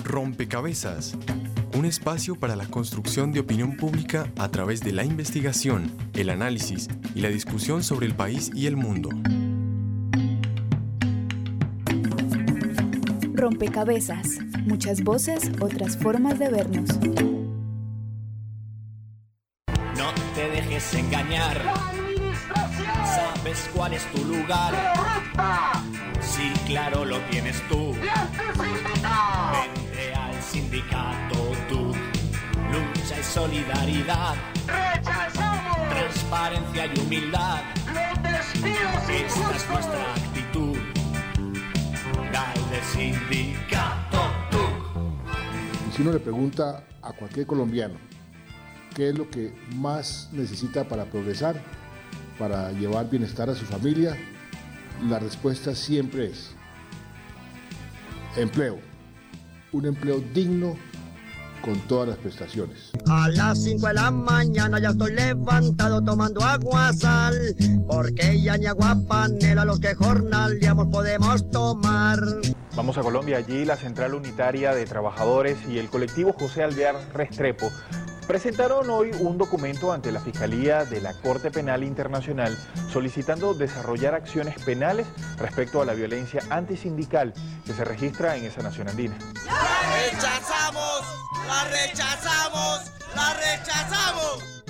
Rompecabezas, un espacio para la construcción de opinión pública a través de la investigación, el análisis y la discusión sobre el país y el mundo. Rompecabezas, muchas voces, otras formas de vernos. No te dejes engañar. ¿Sabes cuál es tu lugar? Sí, claro, lo tienes tú. Vente al sindicato tú. Lucha y solidaridad. ¡Rechazamos! Transparencia y humildad. ¡Los despidos Esta es nuestra actitud. Dale sindicato tú. Si uno le pregunta a cualquier colombiano qué es lo que más necesita para progresar, para llevar bienestar a su familia, la respuesta siempre es empleo, un empleo digno con todas las prestaciones. A las 5 de la mañana ya estoy levantado tomando agua sal, porque ya ni agua panela los que jornaleamos podemos tomar. Vamos a Colombia, allí la Central Unitaria de Trabajadores y el colectivo José Alvear Restrepo presentaron hoy un documento ante la Fiscalía de la Corte Penal Internacional solicitando desarrollar acciones penales respecto a la violencia antisindical que se registra en esa nación andina. ¡La rechazamos! ¡La rechazamos! ¡La rechazamos!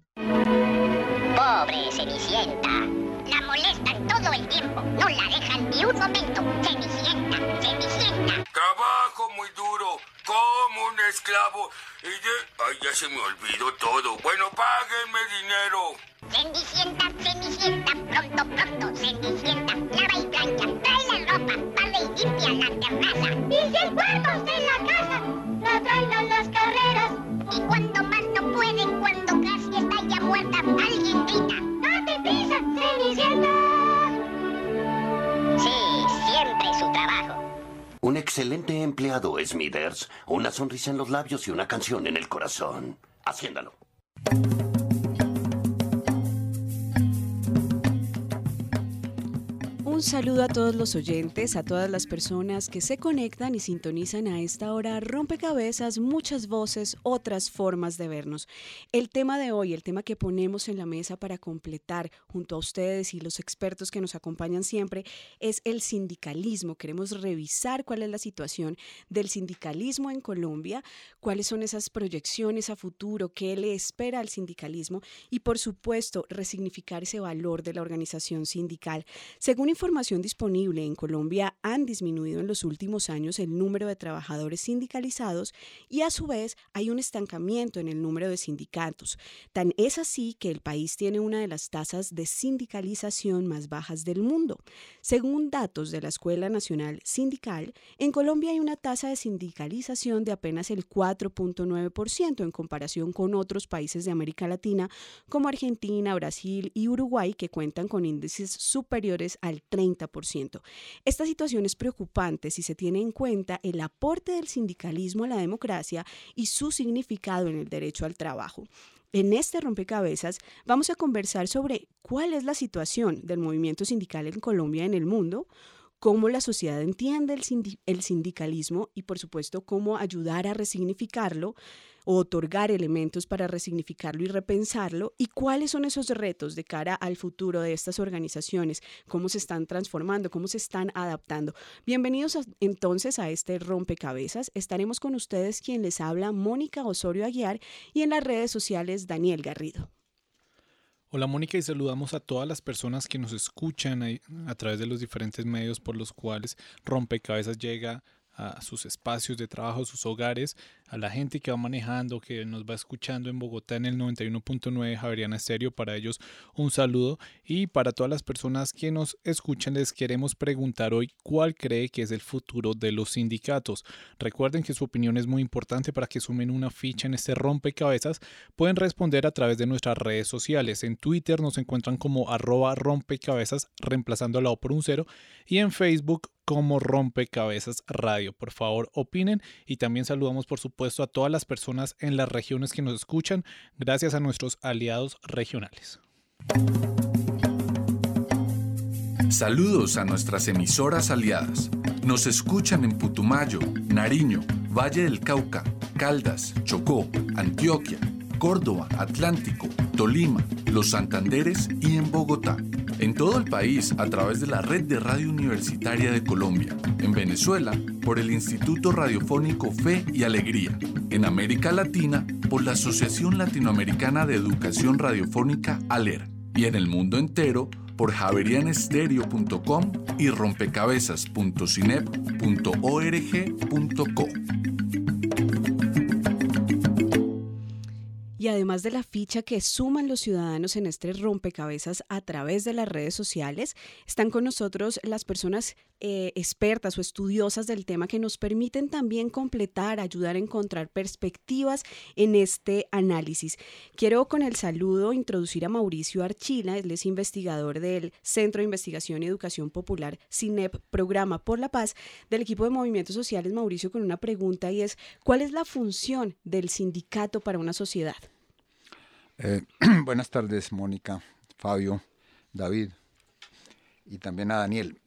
Pobre Cenicienta. La molestan todo el tiempo. No la dejan ni un momento. Cenicienta, Cenicienta. Trabajo muy duro, como un esclavo. Ay, ya se me olvidó todo. Bueno, páguenme dinero. Cenicienta, Cenicienta. Pronto, pronto, Cenicienta. Lava y plancha, trae la ropa, barre y limpia la terraza. Y si el cuarto está en la casa, la traen a las carreras. Y cuando más no pueden, cuando casi está ya muerta, alguien grita: ¡date prisa, Cenicienta! Sí, siempre su trabajo. Un excelente empleado, Smithers. Una sonrisa en los labios y una canción en el corazón. Haciéndalo. Un saludo a todos los oyentes, a todas las personas que se conectan y sintonizan a esta hora. Rompecabezas, muchas voces, otras formas de vernos. El tema de hoy, el tema que ponemos en la mesa para completar junto a ustedes y los expertos que nos acompañan siempre, es el sindicalismo. Queremos revisar cuál es la situación del sindicalismo en Colombia, cuáles son esas proyecciones a futuro, qué le espera al sindicalismo y, por supuesto, resignificar ese valor de la organización sindical. Según información disponible, en Colombia han disminuido en los últimos años el número de trabajadores sindicalizados y a su vez hay un estancamiento en el número de sindicatos. Tan es así que el país tiene una de las tasas de sindicalización más bajas del mundo. Según datos de la Escuela Nacional Sindical, en Colombia hay una tasa de sindicalización de apenas el 4.9% en comparación con otros países de América Latina como Argentina, Brasil y Uruguay, que cuentan con índices superiores al 30%. Esta situación es preocupante si se tiene en cuenta el aporte del sindicalismo a la democracia y su significado en el derecho al trabajo. En este rompecabezas vamos a conversar sobre cuál es la situación del movimiento sindical en Colombia y en el mundo, cómo la sociedad entiende el sindicalismo y, por supuesto, cómo ayudar a resignificarlo o otorgar elementos para resignificarlo y repensarlo, y cuáles son esos retos de cara al futuro de estas organizaciones, cómo se están transformando, cómo se están adaptando. Bienvenidos entonces a este rompecabezas. Estaremos con ustedes quien les habla, Mónica Osorio Aguiar, y en las redes sociales, Daniel Garrido. Hola Mónica, y saludamos a todas las personas que nos escuchan a través de los diferentes medios por los cuales Rompecabezas llega a sus espacios de trabajo, a sus hogares, a la gente que va manejando, que nos va escuchando en Bogotá en el 91.9 Javeriana Estéreo. Para ellos un saludo, y para todas las personas que nos escuchan les queremos preguntar hoy cuál cree que es el futuro de los sindicatos. Recuerden que su opinión es muy importante para que sumen una ficha en este rompecabezas. Pueden responder a través de nuestras redes sociales. En Twitter nos encuentran como @rompecabezas, reemplazando la O por un 0, y en Facebook como Rompecabezas Radio. Por favor, opinen, y también saludamos por supuesto a todas las personas en las regiones que nos escuchan, gracias a nuestros aliados regionales. Saludos a nuestras emisoras aliadas. Nos escuchan en Putumayo, Nariño, Valle del Cauca, Caldas, Chocó, Antioquia, Córdoba, Atlántico, Tolima, Los Santanderes y en Bogotá. En todo el país a través de la Red de Radio Universitaria de Colombia. En Venezuela por el Instituto Radiofónico Fe y Alegría. En América Latina por la Asociación Latinoamericana de Educación Radiofónica ALER. Y en el mundo entero por javerianestereo.com y rompecabezas.cinep.org.co. Y además de la ficha que suman los ciudadanos en este rompecabezas a través de las redes sociales, están con nosotros las personas expertas o estudiosas del tema que nos permiten también completar, ayudar a encontrar perspectivas en este análisis. Quiero con el saludo introducir a Mauricio Archila, él es investigador del Centro de Investigación y Educación Popular CINEP, Programa por la Paz, del equipo de Movimientos Sociales. Mauricio, con una pregunta y es, ¿cuál es la función del sindicato para una sociedad? Buenas tardes, Mónica, Fabio, David y también a Daniel.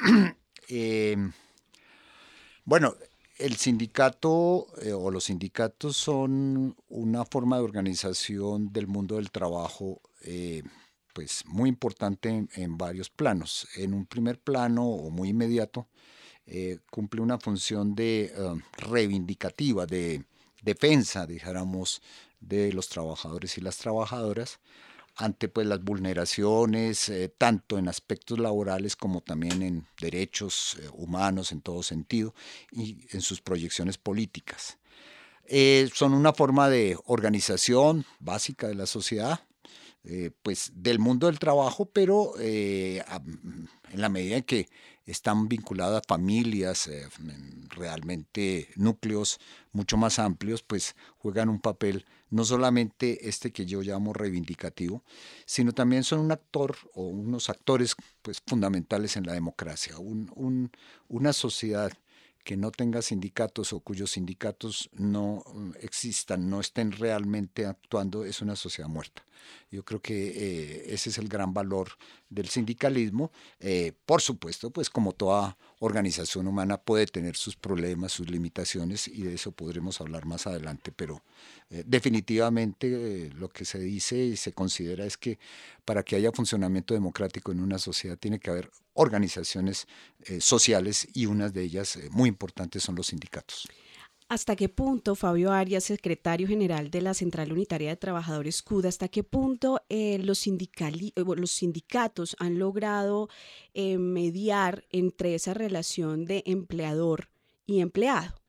Bueno, el sindicato o los sindicatos son una forma de organización del mundo del trabajo pues muy importante en varios planos. En un primer plano o muy inmediato cumple una función de reivindicativa, de defensa, dijéramos, de los trabajadores y las trabajadoras ante pues las vulneraciones tanto en aspectos laborales como también en derechos humanos en todo sentido y en sus proyecciones políticas. Son una forma de organización básica de la sociedad, pues del mundo del trabajo, pero en la medida en que están vinculadas familias, realmente núcleos mucho más amplios, pues juegan un papel no solamente que yo llamo reivindicativo, sino también son un actor o unos actores pues fundamentales en la democracia. Una sociedad que no tenga sindicatos o cuyos sindicatos no existan, no estén realmente actuando, es una sociedad muerta. Yo creo que ese es el gran valor del sindicalismo. Por supuesto, pues como toda organización humana puede tener sus problemas, sus limitaciones, y de eso podremos hablar más adelante, pero definitivamente lo que se dice y se considera es que para que haya funcionamiento democrático en una sociedad tiene que haber organizaciones sociales, y unas de ellas muy importantes son los sindicatos. ¿Hasta qué punto, Fabio Arias, secretario general de la Central Unitaria de Trabajadores CUT, hasta qué punto los sindicatos han logrado mediar entre esa relación de empleador y empleado?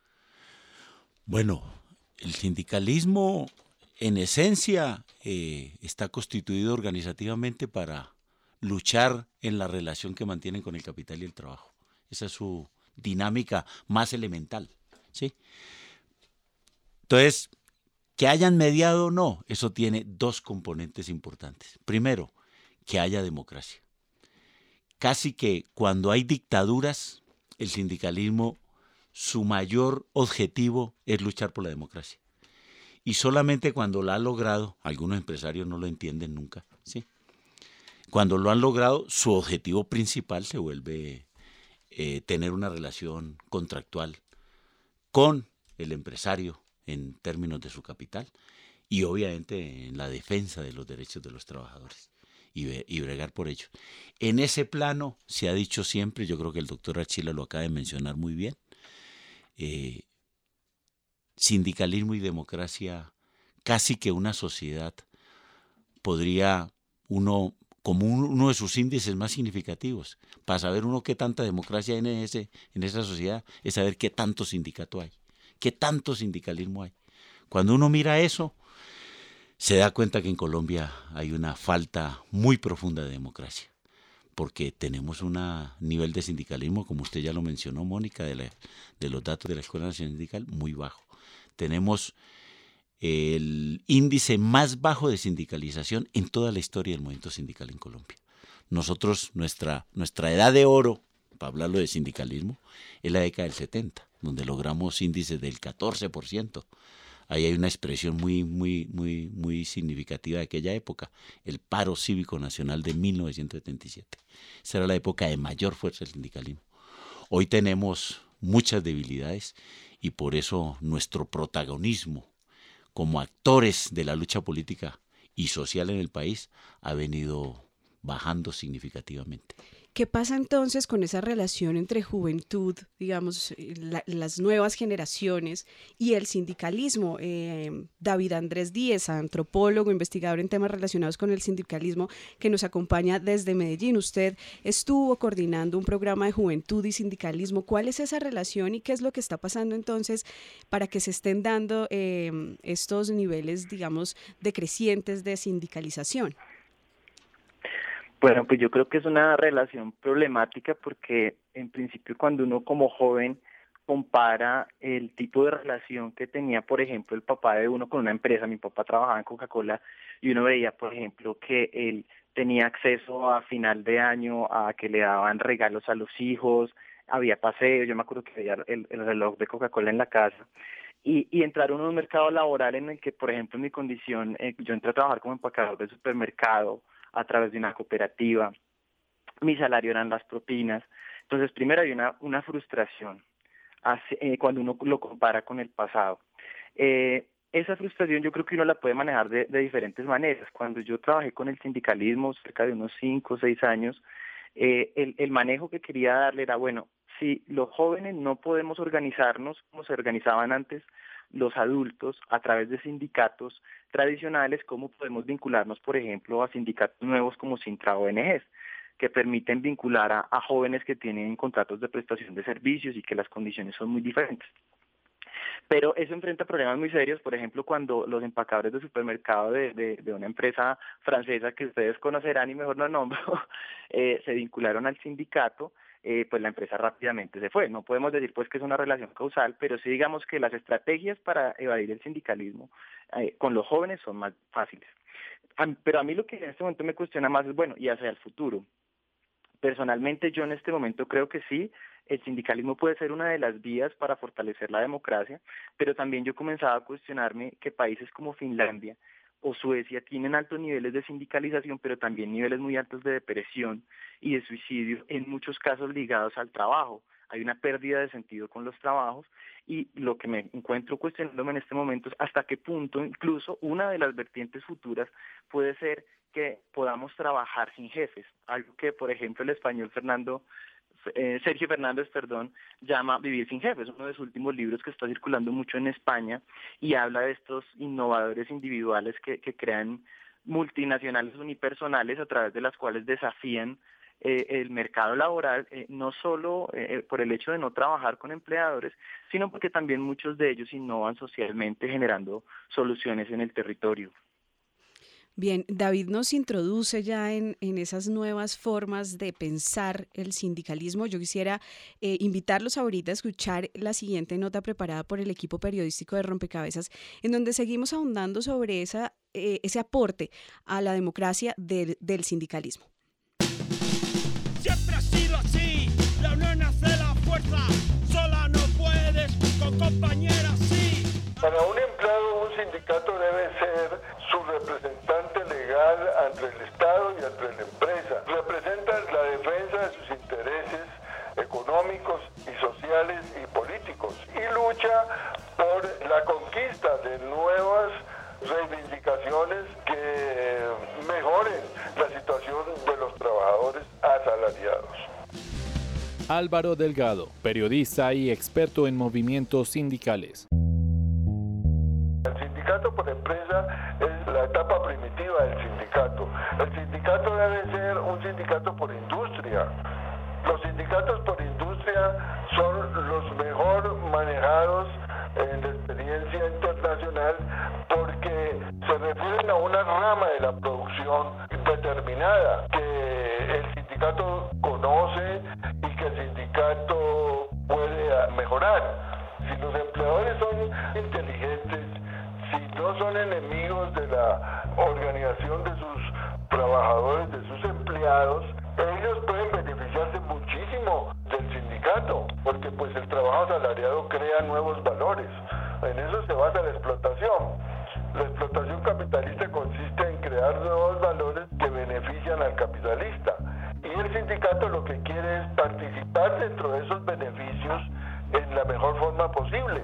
Bueno, el sindicalismo en esencia está constituido organizativamente para luchar en la relación que mantienen con el capital y el trabajo. Esa es su dinámica más elemental. ¿Sí? Entonces, que hayan mediado o no, eso tiene dos componentes importantes. Primero, que haya democracia. Casi que cuando hay dictaduras, el sindicalismo, su mayor objetivo es luchar por la democracia. Y solamente cuando lo ha logrado, algunos empresarios no lo entienden nunca, ¿sí? Cuando lo han logrado, su objetivo principal se vuelve tener una relación contractual con el empresario en términos de su capital y obviamente en la defensa de los derechos de los trabajadores y bregar por ello. En ese plano se ha dicho siempre, yo creo que el doctor Archila lo acaba de mencionar muy bien, sindicalismo y democracia, casi que una sociedad podría como uno de sus índices más significativos, para saber uno qué tanta democracia hay en esa sociedad, es saber qué tanto sindicato hay, qué tanto sindicalismo hay. Cuando uno mira eso, se da cuenta que en Colombia hay una falta muy profunda de democracia, porque tenemos un nivel de sindicalismo, como usted ya lo mencionó, Mónica, de los datos de la Escuela Nacional Sindical, muy bajo. Tenemos el índice más bajo de sindicalización en toda la historia del movimiento sindical en Colombia. Nosotros, nuestra edad de oro, para hablarlo de sindicalismo, es la década del 70, donde logramos índices del 14%. Ahí hay una expresión muy significativa de aquella época, el paro cívico nacional de 1977. Esa era la época de mayor fuerza del sindicalismo. Hoy tenemos muchas debilidades y por eso nuestro protagonismo como actores de la lucha política y social en el país ha venido bajando significativamente. ¿Qué pasa entonces con esa relación entre juventud, digamos, las nuevas generaciones y el sindicalismo? David Andrés Díez, antropólogo, investigador en temas relacionados con el sindicalismo, que nos acompaña desde Medellín. Usted estuvo coordinando un programa de juventud y sindicalismo. ¿Cuál es esa relación y qué es lo que está pasando entonces para que se estén dando estos niveles, digamos, decrecientes de sindicalización? Bueno, pues yo creo que es una relación problemática porque en principio cuando uno como joven compara el tipo de relación que tenía, por ejemplo, el papá de uno con una empresa, mi papá trabajaba en Coca-Cola y uno veía, por ejemplo, que él tenía acceso a final de año a que le daban regalos a los hijos, había paseos, yo me acuerdo que había el reloj de Coca-Cola en la casa. Y entrar uno en un mercado laboral en el que, por ejemplo, en mi condición, yo entré a trabajar como empacador de supermercado, a través de una cooperativa, mi salario eran las propinas. Entonces, primero hay una frustración cuando uno lo compara con el pasado. Esa frustración yo creo que uno la puede manejar de diferentes maneras. Cuando yo trabajé con el sindicalismo, cerca de unos 5 o 6 años, el manejo que quería darle era, bueno, si los jóvenes no podemos organizarnos como se organizaban antes, los adultos a través de sindicatos tradicionales, ¿cómo podemos vincularnos, por ejemplo, a sindicatos nuevos como Sintra ONGs, que permiten vincular a jóvenes que tienen contratos de prestación de servicios y que las condiciones son muy diferentes? Pero eso enfrenta problemas muy serios, por ejemplo, cuando los empacadores de supermercado de una empresa francesa que ustedes conocerán y mejor no nombro, se vincularon al sindicato, pues la empresa rápidamente se fue. No podemos decir pues que es una relación causal, pero sí digamos que las estrategias para evadir el sindicalismo con los jóvenes son más fáciles. Pero a mí lo que en este momento me cuestiona más es, bueno, ¿y hacia el futuro? Personalmente yo en este momento creo que sí, el sindicalismo puede ser una de las vías para fortalecer la democracia, pero también yo comenzaba a cuestionarme que países como Finlandia o Suecia tienen altos niveles de sindicalización, pero también niveles muy altos de depresión y de suicidio, en muchos casos ligados al trabajo. Hay una pérdida de sentido con los trabajos y lo que me encuentro cuestionándome en este momento es hasta qué punto incluso una de las vertientes futuras puede ser que podamos trabajar sin jefes, algo que por ejemplo el español Sergio Fernández, llama Vivir sin jefes, uno de sus últimos libros que está circulando mucho en España y habla de estos innovadores individuales que crean multinacionales unipersonales a través de las cuales desafían el mercado laboral, no solo por el hecho de no trabajar con empleadores, sino porque también muchos de ellos innovan socialmente generando soluciones en el territorio. Bien, David nos introduce ya en esas nuevas formas de pensar el sindicalismo. Yo quisiera invitarlos ahorita a escuchar la siguiente nota preparada por el equipo periodístico de Rompecabezas, en donde seguimos ahondando sobre ese aporte a la democracia del sindicalismo. Siempre ha sido así, la unión hace la fuerza, sola no puedes, con compañeras sí. Para un empleado, un sindicato debe ser su representante legal ante el Estado y ante la empresa. Representa la defensa de sus intereses económicos y sociales y políticos y lucha por la conquista de nuevas reivindicaciones que mejoren la situación de los trabajadores asalariados. Álvaro Delgado, periodista y experto en movimientos sindicales. El sindicato por empresa es la etapa primitiva del sindicato. El sindicato debe ser un sindicato por industria. Los sindicatos por industria son los mejor manejados en la experiencia internacional porque se refieren a una rama de la producción determinada que el sindicato conoce y que el sindicato puede mejorar. Si los empleadores son inteligentes, si no son enemigos de la organización de sus trabajadores, de sus empleados, ellos pueden beneficiarse muchísimo del sindicato, porque pues el trabajo asalariado crea nuevos valores. En eso se basa la explotación. La explotación capitalista consiste en crear nuevos valores que benefician al capitalista. Y el sindicato lo que quiere es participar dentro de esos beneficios en la mejor forma posible.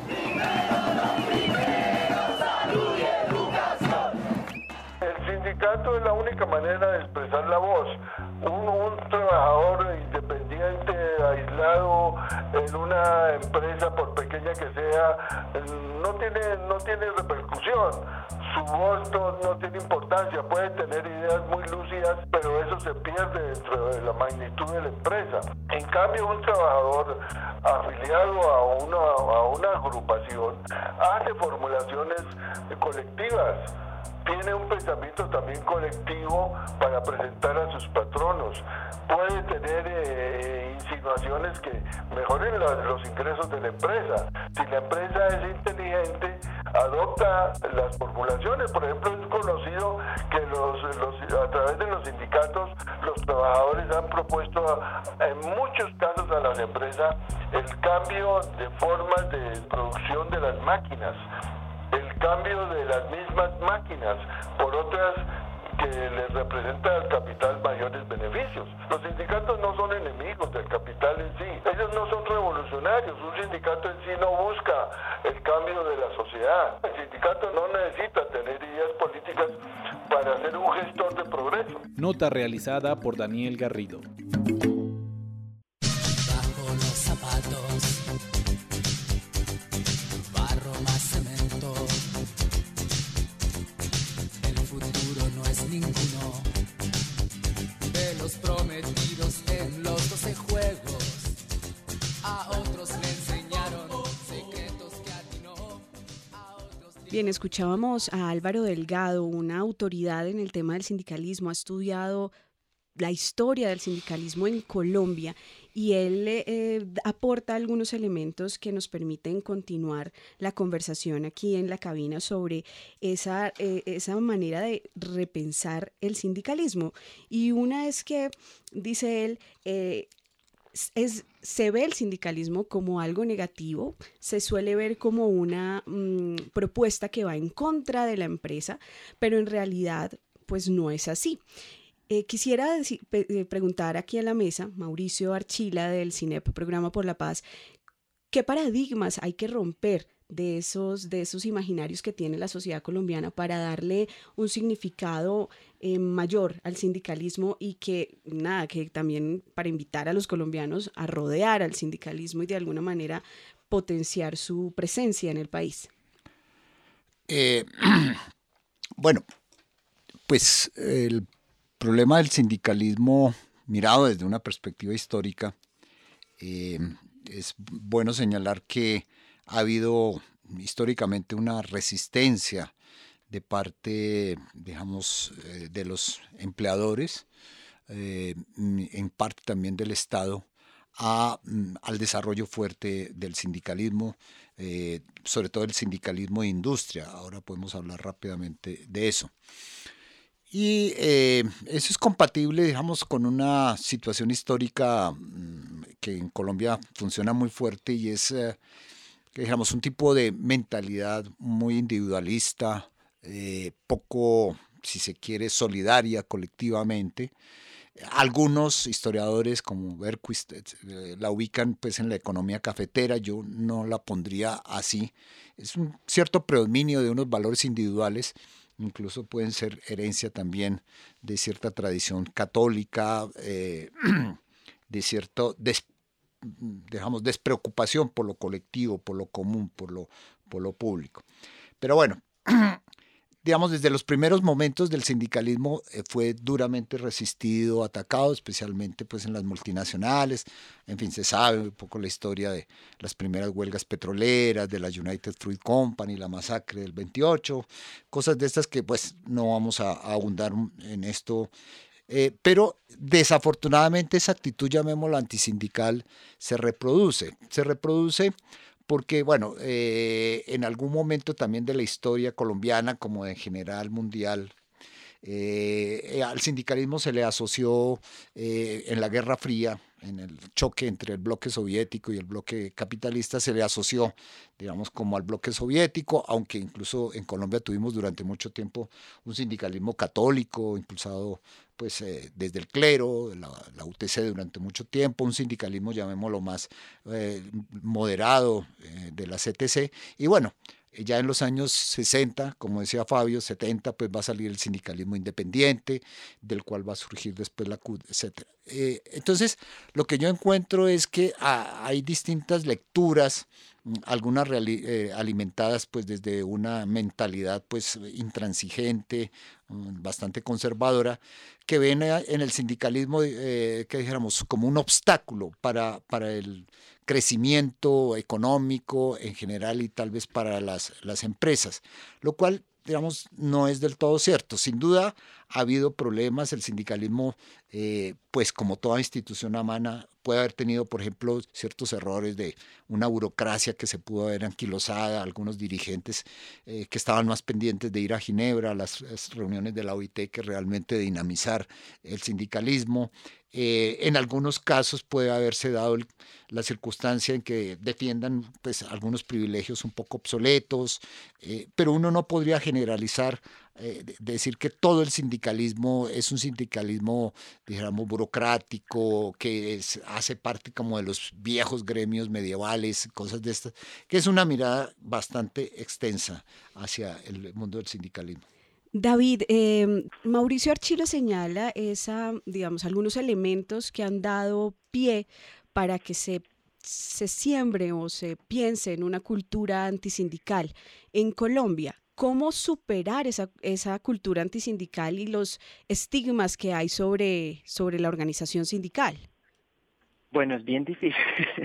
El sindicato es la única manera de expresar la voz. Un trabajador independiente, aislado, en una empresa, por pequeña que sea, no tiene repercusión. Su voz no tiene importancia, puede tener ideas muy lúcidas, pero eso se pierde dentro de la magnitud de la empresa. En cambio, un trabajador afiliado a una agrupación hace formulaciones colectivas. Tiene un pensamiento también colectivo para presentar a sus patronos. Puede tener insinuaciones que mejoren los ingresos de la empresa. Si la empresa es inteligente, adopta las formulaciones. Por ejemplo, es conocido que a través de los sindicatos los trabajadores han propuesto en muchos casos a las empresas el cambio de formas de producción de las máquinas, el cambio de las mismas máquinas por otras que les representan al capital mayores beneficios. Los sindicatos no son enemigos del capital en sí, ellos no son revolucionarios, un sindicato en sí no busca el cambio de la sociedad. El sindicato no necesita tener ideas políticas para ser un gestor de progreso. Nota realizada por Daniel Garrido. Bajo los zapatos, barro más cemento. El futuro no es ninguno de los prometidos en los 12 juegos. A otros le enseñaron secretos que atinó. Bien, escuchábamos a Álvaro Delgado, una autoridad en el tema del sindicalismo, ha estudiado la historia del sindicalismo en Colombia y él aporta algunos elementos que nos permiten continuar la conversación aquí en la cabina sobre esa manera de repensar el sindicalismo. Y una es que, dice él, se ve el sindicalismo como algo negativo, se suele ver como una propuesta que va en contra de la empresa, pero en realidad pues no es así. Quisiera preguntar aquí a la mesa, Mauricio Archila del CINEP, Programa por la Paz, ¿qué paradigmas hay que romper de esos imaginarios que tiene la sociedad colombiana para darle un significado mayor al sindicalismo y que también para invitar a los colombianos a rodear al sindicalismo y de alguna manera potenciar su presencia en el país? Bueno, pues el problema del sindicalismo mirado desde una perspectiva histórica, es bueno señalar que ha habido históricamente una resistencia de parte, digamos, de los empleadores, en parte también del Estado, al desarrollo fuerte del sindicalismo, sobre todo el sindicalismo de industria. Ahora podemos hablar rápidamente de eso. Y eso es compatible, digamos, con una situación histórica que en Colombia funciona muy fuerte y es, digamos, un tipo de mentalidad muy individualista, poco, si se quiere, solidaria colectivamente. Algunos historiadores como Berquist la ubican pues en la economía cafetera, yo no la pondría así. Es un cierto predominio de unos valores individuales, incluso pueden ser herencia también de cierta tradición católica, de cierto despreocupación por lo colectivo, por lo común, por lo público. Pero bueno, digamos, desde los primeros momentos del sindicalismo fue duramente resistido, atacado, especialmente pues en las multinacionales. En fin, se sabe un poco la historia de las primeras huelgas petroleras, de la United Fruit Company, la masacre del 28, cosas de estas que pues no vamos a ahondar en esto. Pero desafortunadamente esa actitud, llamémosla antisindical, se reproduce porque, bueno, en algún momento también de la historia colombiana, como en general mundial, al sindicalismo se le asoció en la Guerra Fría, en el choque entre el bloque soviético y el bloque capitalista, se le asoció, digamos, como al bloque soviético, aunque incluso en Colombia tuvimos durante mucho tiempo un sindicalismo católico impulsado pues desde el clero, la UTC durante mucho tiempo, un sindicalismo, llamémoslo más moderado, de la CTC, y bueno, ya en los años 60, como decía Fabio, 70, pues va a salir el sindicalismo independiente, del cual va a surgir después la CUT, etc. Entonces, lo que yo encuentro es que hay distintas lecturas, algunas alimentadas pues desde una mentalidad pues intransigente, bastante conservadora, que ven en el sindicalismo, que dijéramos, como un obstáculo para el crecimiento económico en general y tal vez para las empresas, lo cual, digamos, no es del todo cierto. Sin duda ha habido problemas, el sindicalismo, pues como toda institución humana, puede haber tenido, por ejemplo, ciertos errores de una burocracia que se pudo haber anquilosada, algunos dirigentes que estaban más pendientes de ir a Ginebra, a las reuniones de la OIT, que realmente dinamizar el sindicalismo. En algunos casos puede haberse dado la circunstancia en que defiendan pues, algunos privilegios un poco obsoletos, pero uno no podría generalizar, decir que todo el sindicalismo es un sindicalismo, digamos, burocrático, que hace parte como de los viejos gremios medievales, cosas de estas, que es una mirada bastante extensa hacia el mundo del sindicalismo. David, Mauricio Archila señala digamos, algunos elementos que han dado pie para que se siembre o se piense en una cultura antisindical en Colombia. ¿Cómo superar esa cultura antisindical y los estigmas que hay sobre la organización sindical? Bueno, es bien difícil.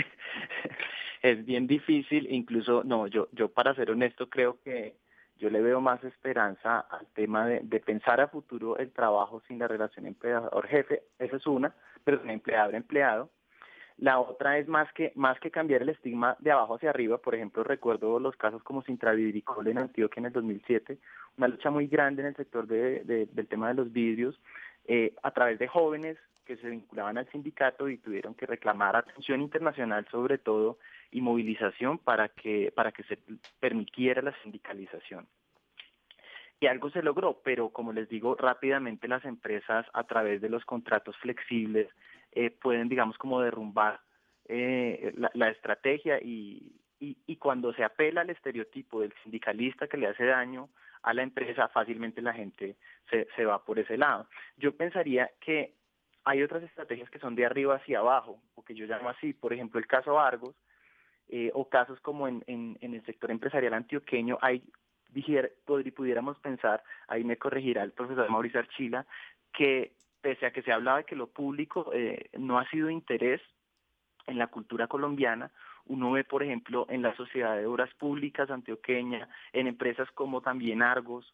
Es bien difícil, incluso, no, yo para ser honesto creo que yo le veo más esperanza al tema de pensar a futuro el trabajo sin la relación empleador-jefe. Esa es una, pero sin empleador-empleado. La otra es más que cambiar el estigma de abajo hacia arriba. Por ejemplo, recuerdo los casos como Sintravidricol en Antioquia en el 2007, una lucha muy grande en el sector del tema de los vidrios, a través de jóvenes que se vinculaban al sindicato y tuvieron que reclamar atención internacional sobre todo y movilización para que se permitiera la sindicalización. Y algo se logró, pero como les digo, rápidamente las empresas a través de los contratos flexibles pueden, digamos, como derrumbar la estrategia y cuando se apela al estereotipo del sindicalista que le hace daño a la empresa, fácilmente la gente se va por ese lado. Yo pensaría que hay otras estrategias que son de arriba hacia abajo, o que yo llamo así, por ejemplo el caso Argos, o casos como en el sector empresarial antioqueño, pudiéramos pensar, ahí me corregirá el profesor Mauricio Archila, que pese a que se hablaba de que lo público no ha sido interés en la cultura colombiana, uno ve, por ejemplo, en la Sociedad de Obras Públicas antioqueña, en empresas como también Argos,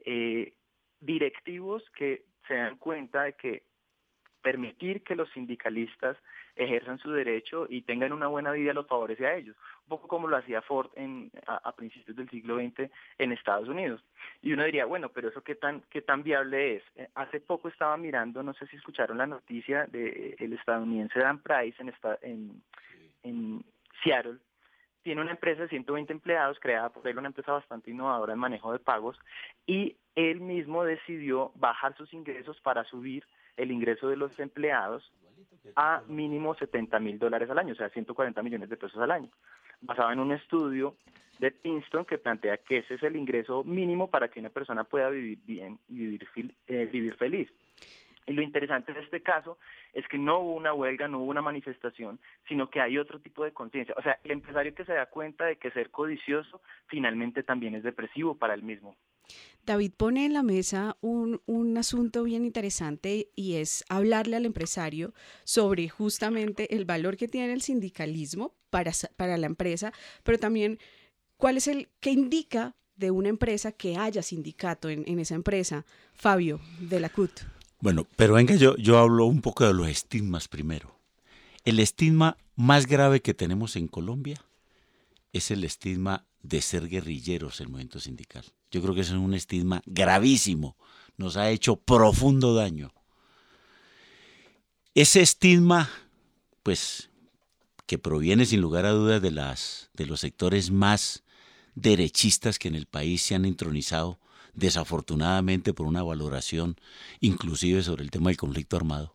directivos que se dan cuenta de que permitir que los sindicalistas ejerzan su derecho y tengan una buena vida los favorece a ellos, un poco como lo hacía Ford a principios del siglo XX en Estados Unidos. Y uno diría, bueno, pero eso qué tan viable es. Hace poco estaba mirando, no sé si escucharon la noticia del estadounidense Dan Price en Seattle. Tiene una empresa de 120 empleados, creada por él, una empresa bastante innovadora en manejo de pagos, y él mismo decidió bajar sus ingresos para subir el ingreso de los empleados a mínimo $70,000 al año, o sea, 140 millones de pesos al año, basado en un estudio de Princeton que plantea que ese es el ingreso mínimo para que una persona pueda vivir bien y vivir feliz. Y lo interesante de este caso es que no hubo una huelga, no hubo una manifestación, sino que hay otro tipo de conciencia. O sea, el empresario que se da cuenta de que ser codicioso finalmente también es depresivo para él mismo. David pone en la mesa un asunto bien interesante y es hablarle al empresario sobre justamente el valor que tiene el sindicalismo para la empresa, pero también qué indica de una empresa que haya sindicato en esa empresa. Fabio, de la CUT. Bueno, pero venga, yo hablo un poco de los estigmas primero. El estigma más grave que tenemos en Colombia es el estigma de ser guerrilleros en el movimiento sindical. Yo creo que ese es un estigma gravísimo, nos ha hecho profundo daño. Ese estigma pues, que proviene sin lugar a dudas de los sectores más derechistas que en el país se han entronizado, desafortunadamente por una valoración inclusive sobre el tema del conflicto armado,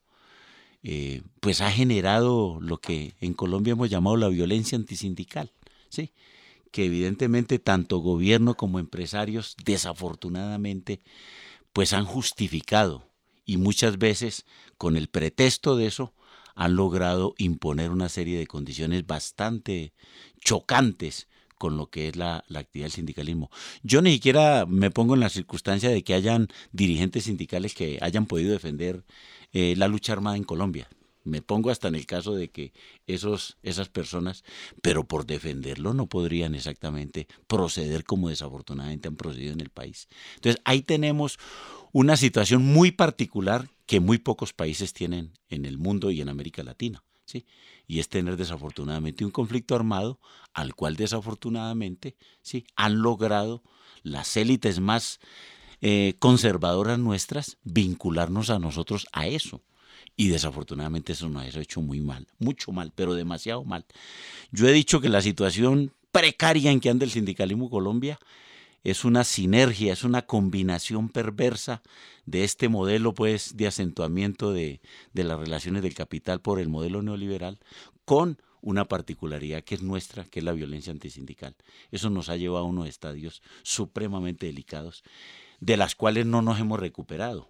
pues ha generado lo que en Colombia hemos llamado la violencia antisindical, ¿sí? Que evidentemente tanto gobierno como empresarios desafortunadamente pues han justificado y muchas veces con el pretexto de eso han logrado imponer una serie de condiciones bastante chocantes con lo que es la actividad del sindicalismo. Yo ni siquiera me pongo en la circunstancia de que hayan dirigentes sindicales que hayan podido defender la lucha armada en Colombia. Me pongo hasta en el caso de que esas personas, pero por defenderlo no podrían exactamente proceder como desafortunadamente han procedido en el país. Entonces ahí tenemos una situación muy particular que muy pocos países tienen en el mundo y en América Latina, ¿sí? Y es tener desafortunadamente un conflicto armado al cual desafortunadamente, ¿sí?, han logrado las élites más conservadoras nuestras vincularnos a nosotros a eso. Y desafortunadamente eso nos ha hecho muy mal, mucho mal, pero demasiado mal. Yo he dicho que la situación precaria en que anda el sindicalismo en Colombia es una sinergia, es una combinación perversa de este modelo pues de acentuamiento de las relaciones del capital por el modelo neoliberal con una particularidad que es nuestra, que es la violencia antisindical. Eso nos ha llevado a unos estadios supremamente delicados, de las cuales no nos hemos recuperado.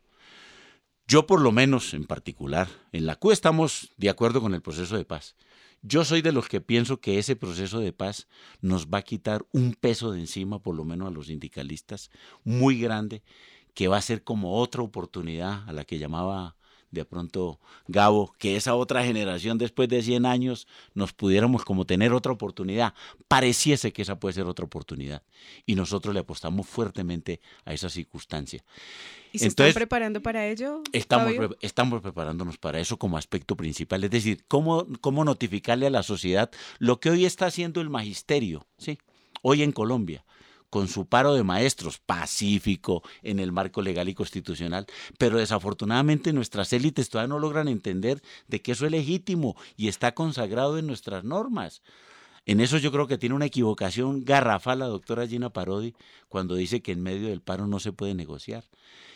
Yo por lo menos en particular, en la CUE estamos de acuerdo con el proceso de paz. Yo soy de los que pienso que ese proceso de paz nos va a quitar un peso de encima, por lo menos a los sindicalistas, muy grande, que va a ser como otra oportunidad a la que llamaba de pronto Gabo, que esa otra generación después de 100 años nos pudiéramos como tener otra oportunidad. Pareciese que esa puede ser otra oportunidad y nosotros le apostamos fuertemente a esa circunstancia. ¿Y se están preparando para ello? Estamos preparándonos para eso como aspecto principal, es decir, cómo notificarle a la sociedad lo que hoy está haciendo el magisterio, ¿sí?, hoy en Colombia, con su paro de maestros pacífico en el marco legal y constitucional, pero desafortunadamente nuestras élites todavía no logran entender de que eso es legítimo y está consagrado en nuestras normas. En eso yo creo que tiene una equivocación garrafal la doctora Gina Parodi cuando dice que en medio del paro no se puede negociar.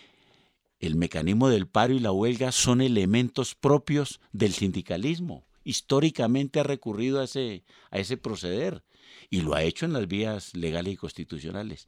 El mecanismo del paro y la huelga son elementos propios del sindicalismo. Históricamente ha recurrido a ese proceder y lo ha hecho en las vías legales y constitucionales.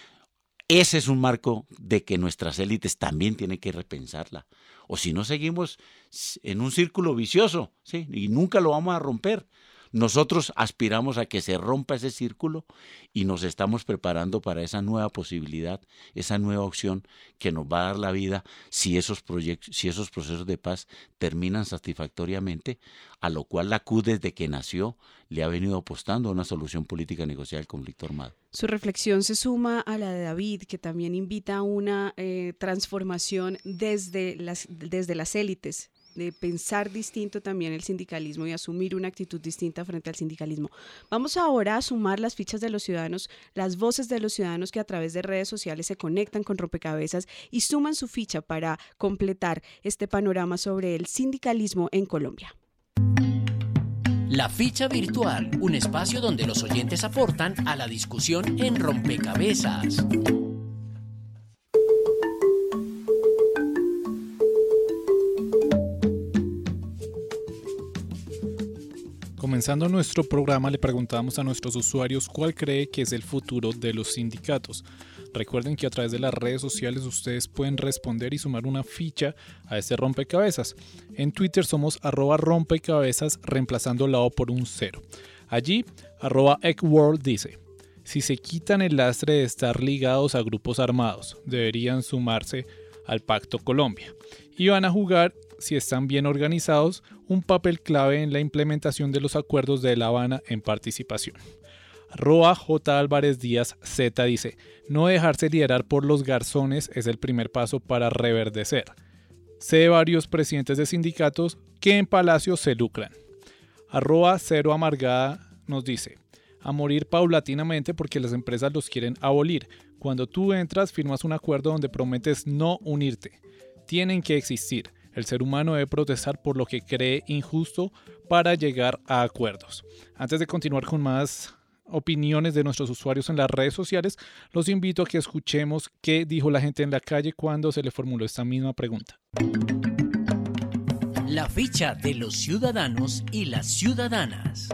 Ese es un marco de que nuestras élites también tienen que repensarla. O si no, seguimos en un círculo vicioso, ¿sí?, y nunca lo vamos a romper. Nosotros aspiramos a que se rompa ese círculo y nos estamos preparando para esa nueva posibilidad, esa nueva opción que nos va a dar la vida si esos procesos de paz terminan satisfactoriamente, a lo cual la CUT desde que nació le ha venido apostando a una solución política negociada del conflicto armado. Su reflexión se suma a la de David, que también invita a una transformación desde las élites, de pensar distinto también el sindicalismo y asumir una actitud distinta frente al sindicalismo. Vamos ahora a sumar las fichas de los ciudadanos, las voces de los ciudadanos que a través de redes sociales se conectan con Rompecabezas y suman su ficha para completar este panorama sobre el sindicalismo en Colombia. La ficha virtual, un espacio donde los oyentes aportan a la discusión en Rompecabezas. Comenzando nuestro programa, le preguntamos a nuestros usuarios cuál cree que es el futuro de los sindicatos. Recuerden que a través de las redes sociales ustedes pueden responder y sumar una ficha a este rompecabezas. En Twitter somos @rompecabezas, reemplazando la O por un 0. Allí, @ecworld dice: si se quitan el lastre de estar ligados a grupos armados, deberían sumarse al Pacto Colombia. Y van a jugar, si están bien organizados, un papel clave en la implementación de los acuerdos de La Habana en participación. @J. Álvarez Díaz Z dice: no dejarse liderar por los garzones es el primer paso para reverdecer. Sé de varios presidentes de sindicatos que en Palacio se lucran. @Cero Amargada nos dice: a morir paulatinamente porque las empresas los quieren abolir. Cuando tú entras, firmas un acuerdo donde prometes no unirte. Tienen que existir. El ser humano debe protestar por lo que cree injusto para llegar a acuerdos. Antes de continuar con más opiniones de nuestros usuarios en las redes sociales, los invito a que escuchemos qué dijo la gente en la calle cuando se le formuló esta misma pregunta. La ficha de los ciudadanos y las ciudadanas.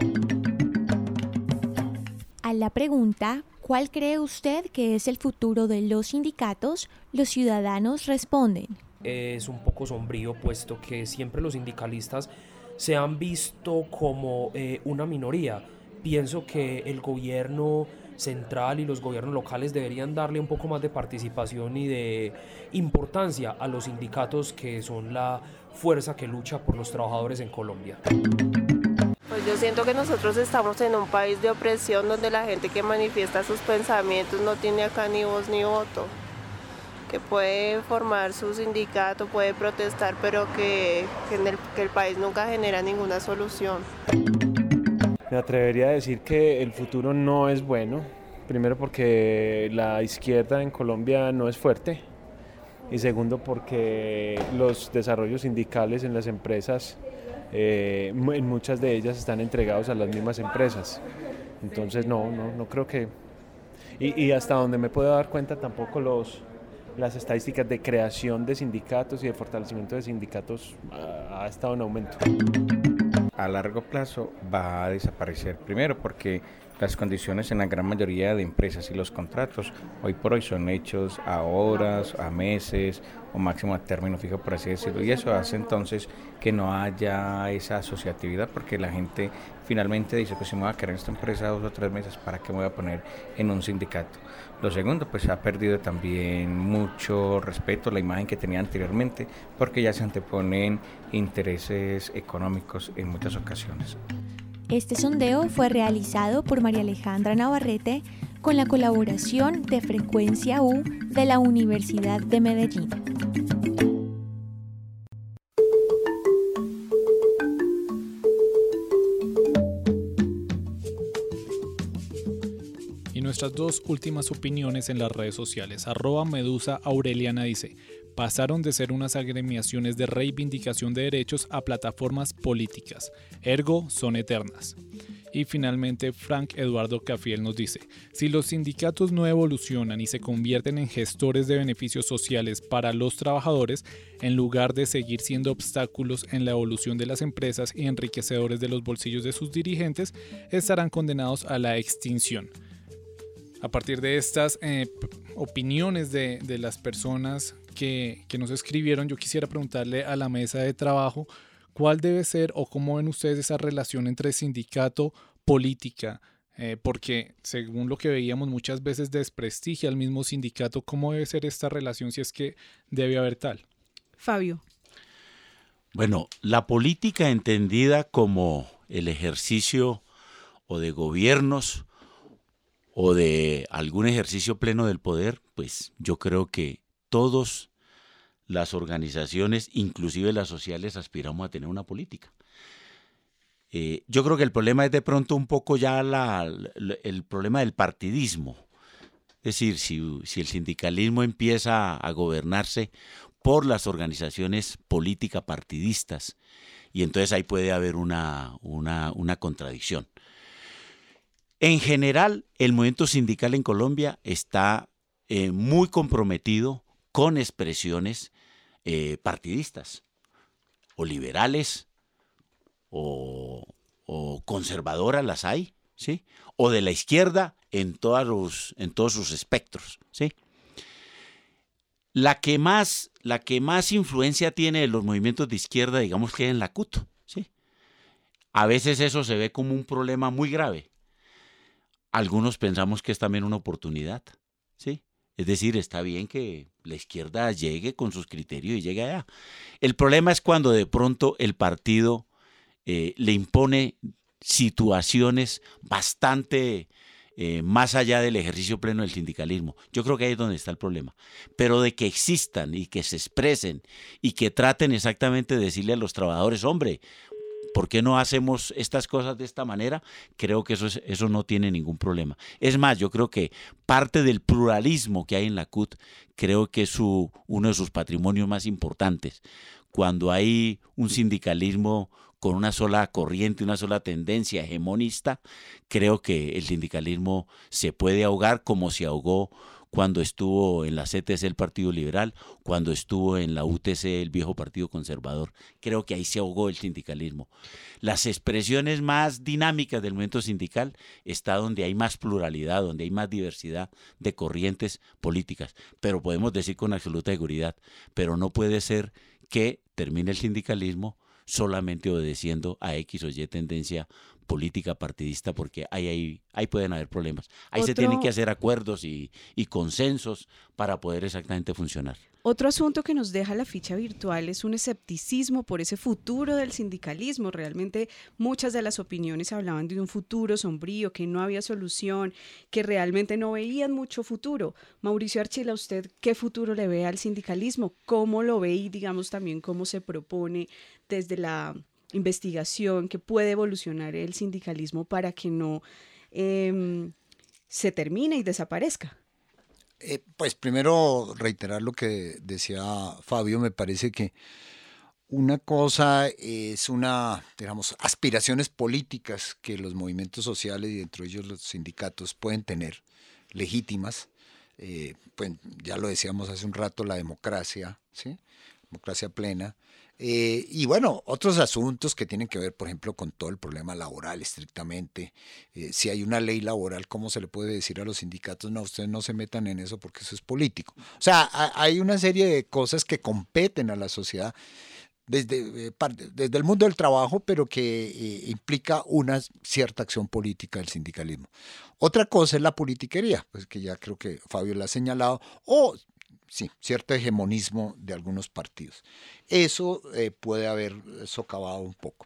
A la pregunta, ¿cuál cree usted que es el futuro de los sindicatos?, los ciudadanos responden. Es un poco sombrío, puesto que siempre los sindicalistas se han visto como una minoría. Pienso que el gobierno central y los gobiernos locales deberían darle un poco más de participación y de importancia a los sindicatos, que son la fuerza que lucha por los trabajadores en Colombia. Pues yo siento que nosotros estamos en un país de opresión donde la gente que manifiesta sus pensamientos no tiene acá ni voz ni voto, que puede formar su sindicato, puede protestar, pero que el país nunca genera ninguna solución. Me atrevería a decir que el futuro no es bueno, primero porque la izquierda en Colombia no es fuerte y segundo porque los desarrollos sindicales en las empresas, en muchas de ellas están entregados a las mismas empresas. Entonces no creo que... Y hasta donde me puedo dar cuenta tampoco las estadísticas de creación de sindicatos y de fortalecimiento de sindicatos ha estado en aumento. A largo plazo va a desaparecer, primero porque las condiciones en la gran mayoría de empresas y los contratos hoy por hoy son hechos a horas, a meses o máximo a término fijo, por así decirlo, y eso hace entonces que no haya esa asociatividad, porque la gente finalmente dice, pues si me voy a quedar en esta empresa 2 o 3 meses, ¿para qué me voy a poner en un sindicato? Lo segundo, pues ha perdido también mucho respeto, la imagen que tenía anteriormente, porque ya se anteponen intereses económicos en muchas ocasiones. Este sondeo fue realizado por María Alejandra Navarrete con la colaboración de Frecuencia U de la Universidad de Medellín. Y nuestras dos últimas opiniones en las redes sociales. @Medusa Aureliana dice: pasaron de ser unas agremiaciones de reivindicación de derechos a plataformas políticas, ergo son eternas. Y finalmente Frank Eduardo Cafiel nos dice: si los sindicatos no evolucionan y se convierten en gestores de beneficios sociales para los trabajadores, en lugar de seguir siendo obstáculos en la evolución de las empresas y enriquecedores de los bolsillos de sus dirigentes, estarán condenados a la extinción. A partir de estas opiniones de las personas que nos escribieron, yo quisiera preguntarle a la mesa de trabajo cuál debe ser o cómo ven ustedes esa relación entre sindicato, política, porque según lo que veíamos muchas veces desprestigia al mismo sindicato. ¿Cómo debe ser esta relación, si es que debe haber tal? Fabio. Bueno, la política entendida como el ejercicio o de gobiernos o de algún ejercicio pleno del poder, pues yo creo que todas las organizaciones, inclusive las sociales, aspiramos a tener una política. Yo creo que el problema es de pronto un poco ya el problema del partidismo. Es decir, si el sindicalismo empieza a gobernarse por las organizaciones políticas partidistas, y entonces ahí puede haber una contradicción. En general, el movimiento sindical en Colombia está muy comprometido con expresiones partidistas, o liberales, o conservadoras las hay, ¿sí? O de la izquierda en todos sus espectros, ¿sí? La que más influencia tiene de los movimientos de izquierda, digamos que es en la CUT, ¿sí? A veces eso se ve como un problema muy grave. Algunos pensamos que es también una oportunidad, ¿sí? Es decir, está bien que la izquierda llegue con sus criterios y llegue allá. El problema es cuando de pronto el partido le impone situaciones bastante más allá del ejercicio pleno del sindicalismo. Yo creo que ahí es donde está el problema. Pero de que existan y que se expresen y que traten exactamente de decirle a los trabajadores, hombre, ¿por qué no hacemos estas cosas de esta manera? Creo que eso no tiene ningún problema. Es más, yo creo que parte del pluralismo que hay en la CUT, creo que es uno de sus patrimonios más importantes. Cuando hay un sindicalismo con una sola corriente, una sola tendencia hegemonista, creo que el sindicalismo se puede ahogar como se ahogó cuando estuvo en la CTC el Partido Liberal, cuando estuvo en la UTC el viejo Partido Conservador. Creo que ahí se ahogó el sindicalismo. Las expresiones más dinámicas del movimiento sindical está donde hay más pluralidad, donde hay más diversidad de corrientes políticas. Pero podemos decir con absoluta seguridad, pero no puede ser que termine el sindicalismo solamente obedeciendo a X o Y tendencia política partidista, porque ahí pueden haber problemas. Ahí se tienen que hacer acuerdos y consensos para poder exactamente funcionar. Otro asunto que nos deja la ficha virtual es un escepticismo por ese futuro del sindicalismo. Realmente muchas de las opiniones hablaban de un futuro sombrío, que no había solución, que realmente no veían mucho futuro. Mauricio Archila, ¿usted qué futuro le ve al sindicalismo? ¿Cómo lo ve y digamos también cómo se propone desde la investigación que puede evolucionar el sindicalismo para que no se termine y desaparezca? Pues primero reiterar lo que decía Fabio. Me parece que una cosa es digamos, aspiraciones políticas que los movimientos sociales y dentro de ellos los sindicatos pueden tener, legítimas. Pues ya lo decíamos hace un rato, la democracia, ¿sí? Democracia plena. Y bueno, otros asuntos que tienen que ver, por ejemplo, con todo el problema laboral estrictamente. Si hay una ley laboral, ¿cómo se le puede decir a los sindicatos? No, ustedes no se metan en eso porque eso es político. O sea, hay una serie de cosas que competen a la sociedad desde el mundo del trabajo, pero que implica una cierta acción política del sindicalismo. Otra cosa es la politiquería, pues que ya creo que Fabio la ha señalado, o sí, cierto hegemonismo de algunos partidos. Eso puede haber socavado un poco.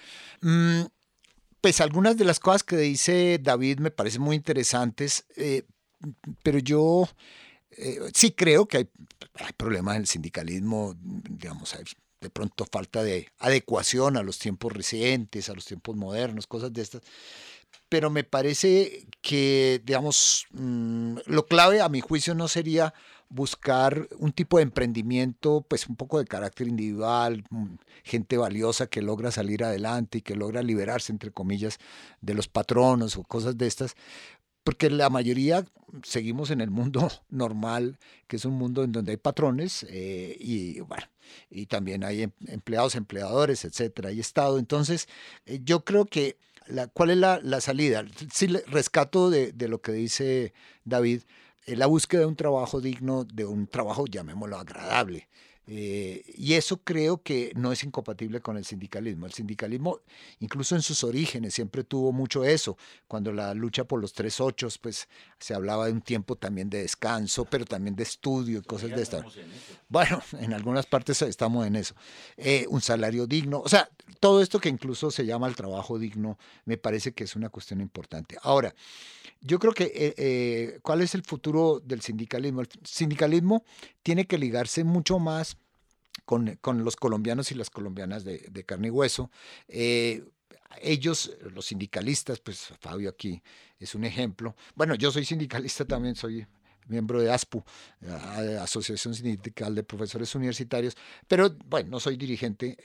Pues algunas de las cosas que dice David me parecen muy interesantes, pero yo sí creo que hay problemas en el sindicalismo, digamos, hay de pronto falta de adecuación a los tiempos recientes, a los tiempos modernos, cosas de estas. Pero me parece que, digamos, lo clave a mi juicio no sería buscar un tipo de emprendimiento, pues un poco de carácter individual, gente valiosa que logra salir adelante y que logra liberarse, entre comillas, de los patronos o cosas de estas, porque la mayoría seguimos en el mundo normal, que es un mundo en donde hay patrones y bueno, y también hay empleados, empleadores, etcétera, hay Estado. Entonces, yo creo que ¿cuál es la salida? Sí, rescato de lo que dice David, la búsqueda de un trabajo digno, de un trabajo, llamémoslo, agradable. Y eso creo que no es incompatible con el sindicalismo. El sindicalismo, incluso en sus orígenes, siempre tuvo mucho eso. Cuando la lucha por los 3 ochos, pues se hablaba de un tiempo también de descanso, pero también de estudio y cosas de estas. Bueno, en algunas partes estamos en eso. Un salario digno, o sea, todo esto que incluso se llama el trabajo digno, me parece que es una cuestión importante. Ahora, yo creo que ¿cuál es el futuro del sindicalismo? El sindicalismo tiene que ligarse mucho más con los colombianos y las colombianas de carne y hueso. Ellos, los sindicalistas, pues Fabio aquí es un ejemplo. Bueno, yo soy sindicalista también, soy miembro de ASPU, Asociación Sindical de Profesores Universitarios, pero bueno, no soy dirigente.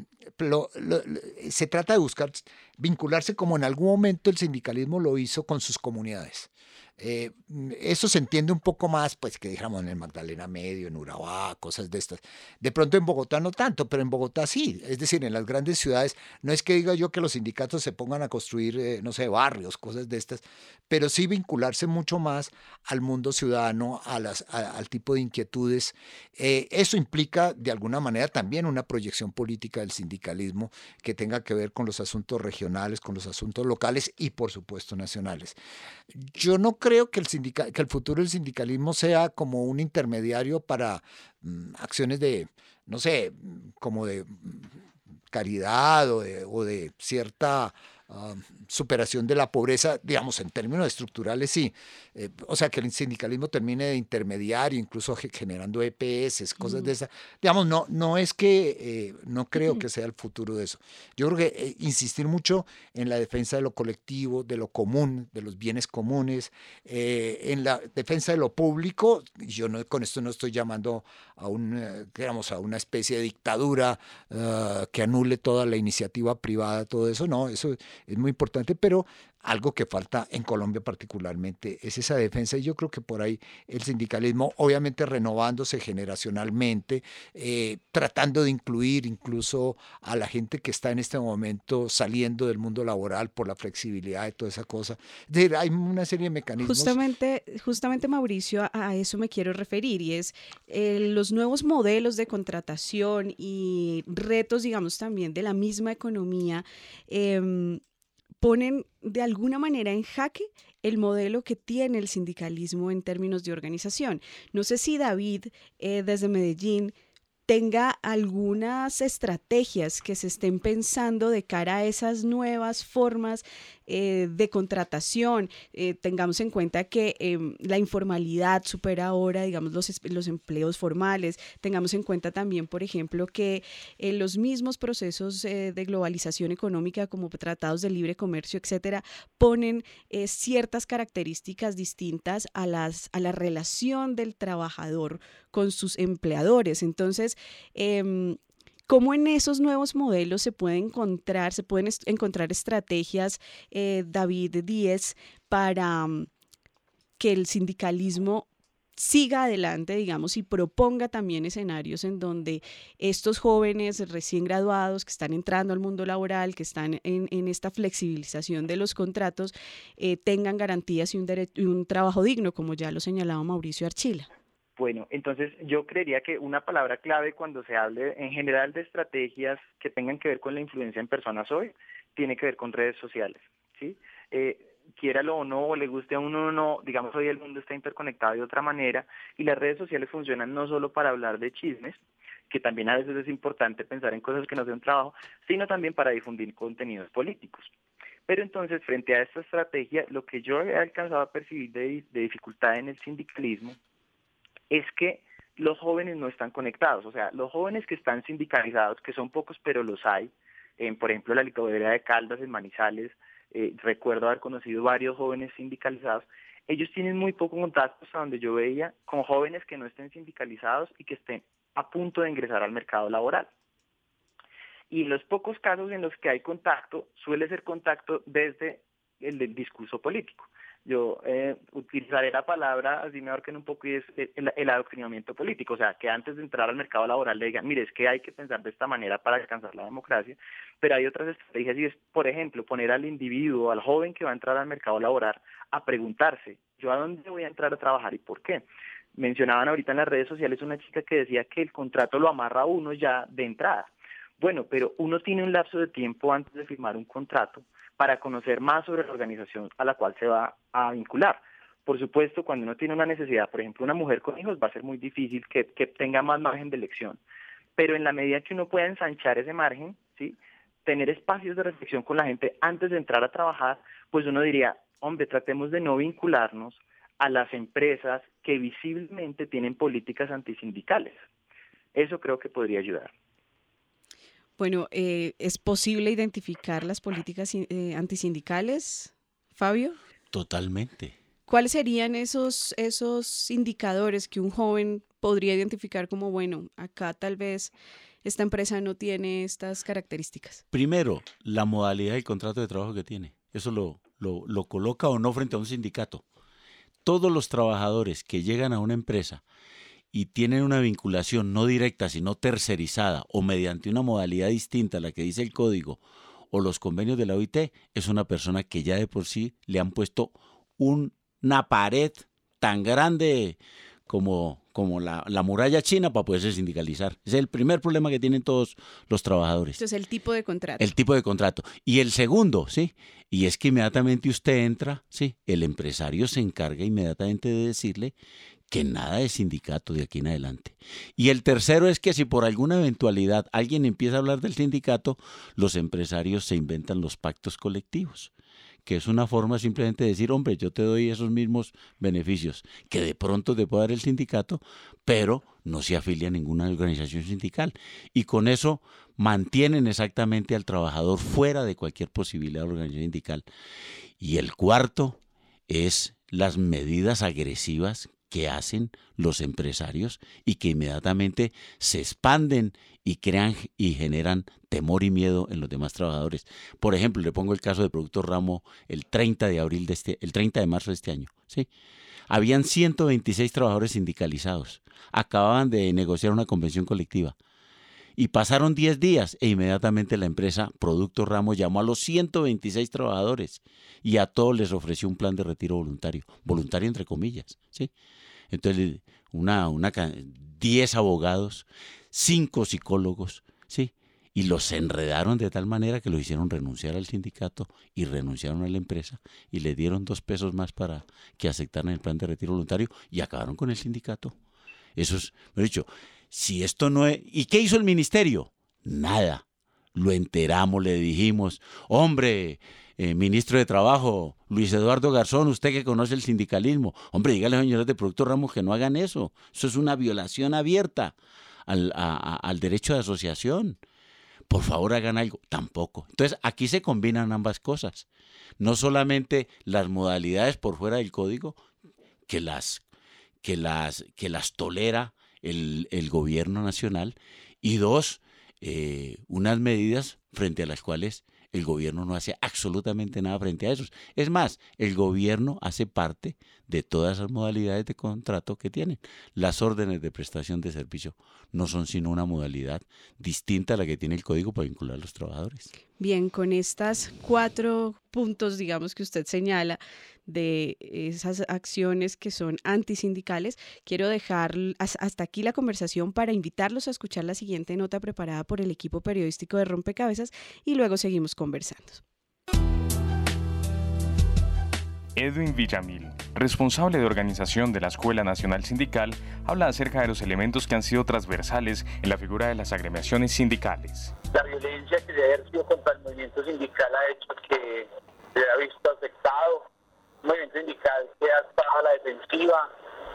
Se trata de buscar vincularse como en algún momento el sindicalismo lo hizo con sus comunidades. Eso se entiende un poco más, pues que dijéramos en el Magdalena Medio, en Urabá, cosas de estas. De pronto en Bogotá no tanto, pero en Bogotá sí. Es decir, en las grandes ciudades, no es que diga yo que los sindicatos se pongan a construir, no sé, barrios, cosas de estas, pero sí vincularse mucho más al mundo ciudadano, al tipo de inquietudes. Eso implica de alguna manera también una proyección política del sindicalismo que tenga que ver con los asuntos regionales, con los asuntos locales y por supuesto nacionales. Yo no creo que el futuro del sindicalismo sea como un intermediario para acciones de, no sé, como de caridad o de cierta superación de la pobreza, digamos, en términos estructurales, sí. O sea, que el sindicalismo termine de intermediario, incluso generando EPS, cosas de esas. Digamos, no es que, no creo que sea el futuro de eso. Yo creo que insistir mucho en la defensa de lo colectivo, de lo común, de los bienes comunes, en la defensa de lo público. Yo con esto no estoy llamando a a una especie de dictadura que anule toda la iniciativa privada, todo eso, no, eso es muy importante, pero algo que falta en Colombia particularmente es esa defensa, y yo creo que por ahí el sindicalismo, obviamente renovándose generacionalmente, tratando de incluir incluso a la gente que está en este momento saliendo del mundo laboral por la flexibilidad de toda esa cosa. Es decir, hay una serie de mecanismos. Justamente Mauricio, a eso me quiero referir, y es los nuevos modelos de contratación y retos, digamos, también de la misma economía, ponen de alguna manera en jaque el modelo que tiene el sindicalismo en términos de organización. No sé si David, desde Medellín, tenga algunas estrategias que se estén pensando de cara a esas nuevas formas de contratación. Tengamos en cuenta que la informalidad supera ahora, digamos, los empleos formales. Tengamos en cuenta también, por ejemplo, que los mismos procesos de globalización económica, como tratados de libre comercio, etcétera, ponen ciertas características distintas a la relación del trabajador con sus empleadores. Entonces, ¿cómo en esos nuevos modelos se pueden encontrar estrategias, David Díez, para que el sindicalismo siga adelante, digamos, y proponga también escenarios en donde estos jóvenes recién graduados que están entrando al mundo laboral, que están en esta flexibilización de los contratos, tengan garantías y un trabajo digno, como ya lo señalaba Mauricio Archila? Bueno, entonces yo creería que una palabra clave cuando se hable en general de estrategias que tengan que ver con la influencia en personas hoy, tiene que ver con redes sociales, ¿sí? Quiéralo o no, o le guste a uno o no, digamos, hoy el mundo está interconectado de otra manera y las redes sociales funcionan no solo para hablar de chismes, que también a veces es importante pensar en cosas que no sean trabajo, sino también para difundir contenidos políticos. Pero entonces, frente a esta estrategia, lo que yo he alcanzado a percibir de dificultad en el sindicalismo es que los jóvenes no están conectados. O sea, los jóvenes que están sindicalizados, que son pocos pero los hay, por ejemplo la licorería de Caldas en Manizales, recuerdo haber conocido varios jóvenes sindicalizados, ellos tienen muy poco contacto, hasta donde yo veía, con jóvenes que no estén sindicalizados y que estén a punto de ingresar al mercado laboral. Y en los pocos casos en los que hay contacto, suele ser contacto desde el discurso político. Yo utilizaré la palabra, así me ahorquen un poco, y es el adoctrinamiento político. O sea, que antes de entrar al mercado laboral le digan, mire, es que hay que pensar de esta manera para alcanzar la democracia, pero hay otras estrategias, y es, por ejemplo, poner al individuo, al joven que va a entrar al mercado laboral, a preguntarse, ¿yo a dónde voy a entrar a trabajar y por qué? Mencionaban ahorita en las redes sociales una chica que decía que el contrato lo amarra a uno ya de entrada. Bueno, pero uno tiene un lapso de tiempo antes de firmar un contrato para conocer más sobre la organización a la cual se va a vincular. Por supuesto, cuando uno tiene una necesidad, por ejemplo, una mujer con hijos, va a ser muy difícil que tenga más margen de elección. Pero en la medida que uno pueda ensanchar ese margen, ¿sí?, tener espacios de reflexión con la gente antes de entrar a trabajar, pues uno diría, hombre, tratemos de no vincularnos a las empresas que visiblemente tienen políticas antisindicales. Eso creo que podría ayudar. Bueno, ¿es posible identificar las políticas antisindicales, Fabio? Totalmente. ¿Cuáles serían esos indicadores que un joven podría identificar como, bueno, acá tal vez esta empresa no tiene estas características? Primero, la modalidad del contrato de trabajo que tiene. Eso lo coloca o no frente a un sindicato. Todos los trabajadores que llegan a una empresa y tienen una vinculación no directa, sino tercerizada o mediante una modalidad distinta a la que dice el código o los convenios de la OIT, es una persona que ya de por sí le han puesto una pared tan grande como la muralla china para poderse sindicalizar. Ese es el primer problema que tienen todos los trabajadores. Entonces, el tipo de contrato. El tipo de contrato. Y el segundo, ¿sí? Y es que inmediatamente usted entra, ¿sí?, el empresario se encarga inmediatamente de decirle que nada de sindicato de aquí en adelante. Y el tercero es que si por alguna eventualidad alguien empieza a hablar del sindicato, los empresarios se inventan los pactos colectivos, que es una forma simplemente de decir, hombre, yo te doy esos mismos beneficios que de pronto te puede dar el sindicato, pero no se afilia a ninguna organización sindical. Y con eso mantienen exactamente al trabajador fuera de cualquier posibilidad de organización sindical. Y el cuarto es las medidas agresivas que hacen los empresarios y que inmediatamente se expanden y crean y generan temor y miedo en los demás trabajadores. Por ejemplo, le pongo el caso de Productos Ramo el 30 de marzo de este año, ¿sí? Habían 126 trabajadores sindicalizados. Acababan de negociar una convención colectiva. Y pasaron 10 días e inmediatamente la empresa Productos Ramo llamó a los 126 trabajadores y a todos les ofreció un plan de retiro voluntario. Voluntario entre comillas, ¿sí? Entonces, 10 abogados, 5 psicólogos, ¿sí? Y los enredaron de tal manera que lo hicieron renunciar al sindicato y renunciaron a la empresa y le dieron 2 pesos más para que aceptaran el plan de retiro voluntario y acabaron con el sindicato. Eso es, me he dicho, si esto no es... ¿Y qué hizo el ministerio? Nada. Lo enteramos, le dijimos, hombre, ministro de Trabajo, Luis Eduardo Garzón, usted que conoce el sindicalismo, hombre, dígale a los señores de Productos Ramos que no hagan eso. Eso es una violación abierta al derecho de asociación. Por favor, hagan algo. Tampoco. Entonces, aquí se combinan ambas cosas. No solamente las modalidades por fuera del código, que las tolera el gobierno nacional, y 2, unas medidas frente a las cuales el gobierno no hace absolutamente nada frente a esos. Es más, el gobierno hace parte de todas esas modalidades de contrato que tienen. Las órdenes de prestación de servicio no son sino una modalidad distinta a la que tiene el código para vincular a los trabajadores. Bien, con estas 4 puntos, digamos, que usted señala de esas acciones que son antisindicales, quiero dejar hasta aquí la conversación para invitarlos a escuchar la siguiente nota preparada por el equipo periodístico de Rompecabezas y luego seguimos conversando. Edwin Villamil, responsable de organización de la Escuela Nacional Sindical, habla acerca de los elementos que han sido transversales en la figura de las agremiaciones sindicales. La violencia que se ha ejercido contra el movimiento sindical ha hecho que se haya visto afectado, un movimiento sindical que ha estado a la defensiva,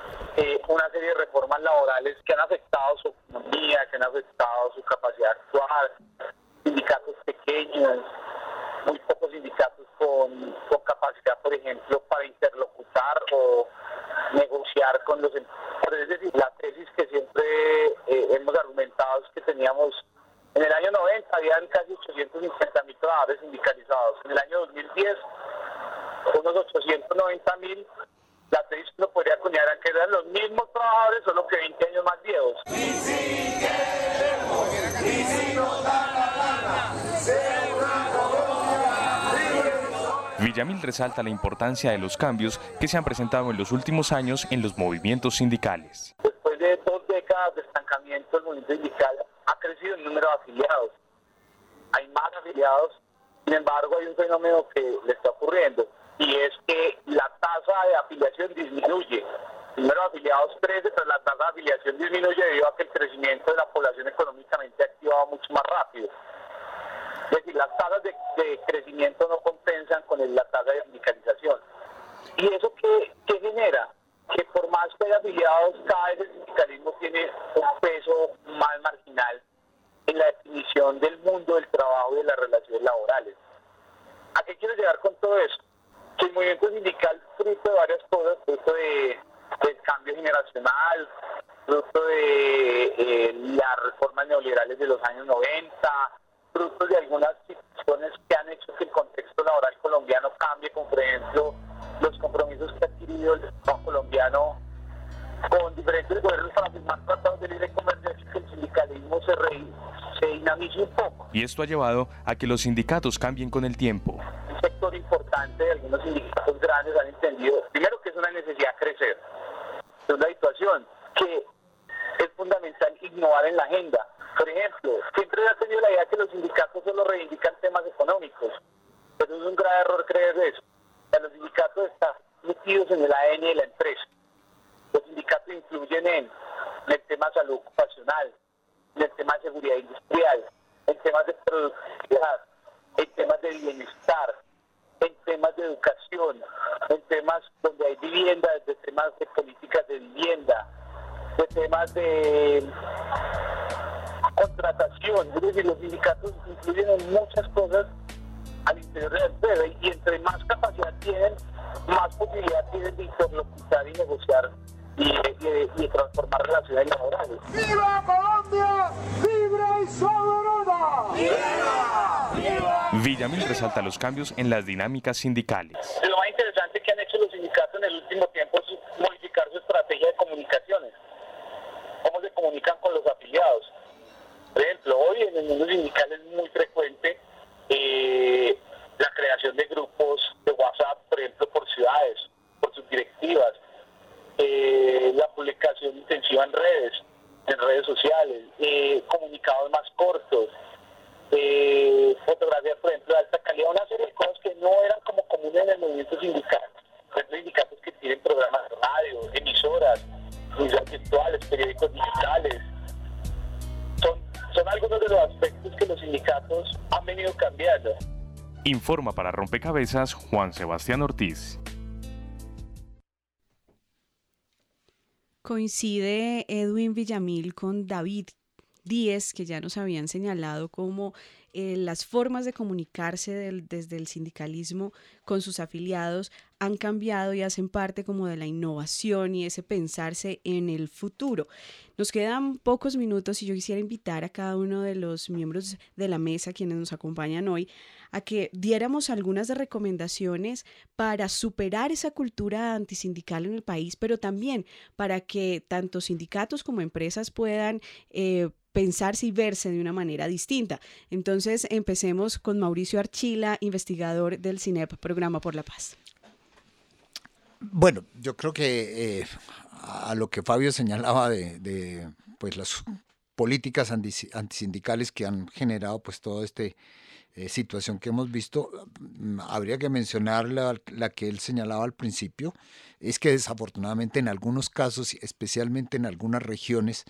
una serie de reformas laborales que han afectado su economía, que han afectado su capacidad de actuar, sindicatos pequeños, muy pocos sindicatos con capacidad, por ejemplo, para interlocutar o negociar con los empresarios. Es decir, la tesis que siempre hemos argumentado es que teníamos, en el año 90 habían casi 850.000 trabajadores sindicalizados, en el año 2010 unos 890.000, la tesis que uno podría acuñar era que eran los mismos trabajadores, solo que 20 años más viejos. Y si queremos, y si nos da la gana, ser una Colombia libre. Villamil resalta la importancia de los cambios que se han presentado en los últimos años en los movimientos sindicales. Después de 2 décadas de estancamiento, el movimiento sindical ha crecido en número de afiliados. Hay más afiliados, sin embargo hay un fenómeno que le está ocurriendo, y es que la tasa de afiliación disminuye. El número de afiliados crece, pero la tasa de afiliación disminuye debido a que el crecimiento de la población económicamente activa va mucho más rápido. Es decir, las tasas de crecimiento no compensan con la tasa de sindicalización. ¿Y eso qué genera? Que por más que haya afiliados, cada vez el sindicalismo tiene un peso más marginal en la definición del mundo del trabajo y de las relaciones laborales. ¿A qué quiero llegar con todo eso? Que el movimiento sindical, fruto de varias cosas, fruto del cambio generacional, fruto de las reformas neoliberales de los años 90, fruto de algunas situaciones que han hecho que el contexto laboral colombiano cambie, como por ejemplo los compromisos que ha adquirido el Estado colombiano con diferentes gobiernos para firmar tratados de libre comercio, que el sindicalismo se dinamice un poco. Y esto ha llevado a que los sindicatos cambien con el tiempo. Un sector importante de algunos sindicatos grandes han entendido, primero, que es una necesidad crecer. Segunda situación, que es fundamental innovar en la agenda. Por ejemplo, siempre ha tenido la idea que los sindicatos solo reivindican temas económicos, pero es un grave error creer eso. Los sindicatos están metidos en el ADN de la empresa. Los sindicatos influyen en el tema de salud ocupacional, en el tema de seguridad industrial, en temas de productividad, en temas de bienestar, en temas de educación, en temas donde hay vivienda, de temas de políticas de vivienda, de temas de contratación. Es decir, los sindicatos influyen en muchas cosas al interior de la empresa y entre más capacidad tienen, más posibilidad tienen de interlocutar y negociar y transformar relaciones laborales. ¡Viva Colombia! ¡Libre y soberana! ¡Viva! ¡Viva! Villamil resalta los cambios en las dinámicas sindicales. Lo más interesante que han hecho los sindicatos en el último tiempo es modificar su estrategia de comunicaciones. Cómo se comunican con los afiliados. Por ejemplo, hoy en el mundo sindical es muy frecuente la creación de grupos de WhatsApp, por ejemplo, por ciudades, por sus directivas, la publicación intensiva en redes sociales, comunicados más cortos, fotografías, por ejemplo, de alta calidad, una serie de cosas que no eran como comunes en el movimiento sindical. Por ejemplo, sindicatos que tienen programas de radio, emisoras virtuales, periódicos digitales. Son algunos de los aspectos que los sindicatos han venido cambiando. Informa para Rompecabezas Juan Sebastián Ortiz. Coincide Edwin Villamil con David Díez, que ya nos habían señalado como las formas de comunicarse desde el sindicalismo con sus afiliados han cambiado y hacen parte como de la innovación y ese pensarse en el futuro. Nos quedan pocos minutos y yo quisiera invitar a cada uno de los miembros de la mesa, quienes nos acompañan hoy, a que diéramos algunas recomendaciones para superar esa cultura antisindical en el país, pero también para que tanto sindicatos como empresas puedan pensarse y verse de una manera distinta. Entonces, empecemos con Mauricio Archila, investigador del CINEP, Programa por la Paz. Bueno, yo creo que a lo que Fabio señalaba de pues las políticas antisindicales que han generado pues toda esta situación que hemos visto, habría que mencionar la que él señalaba al principio, es que desafortunadamente en algunos casos, especialmente en algunas regiones,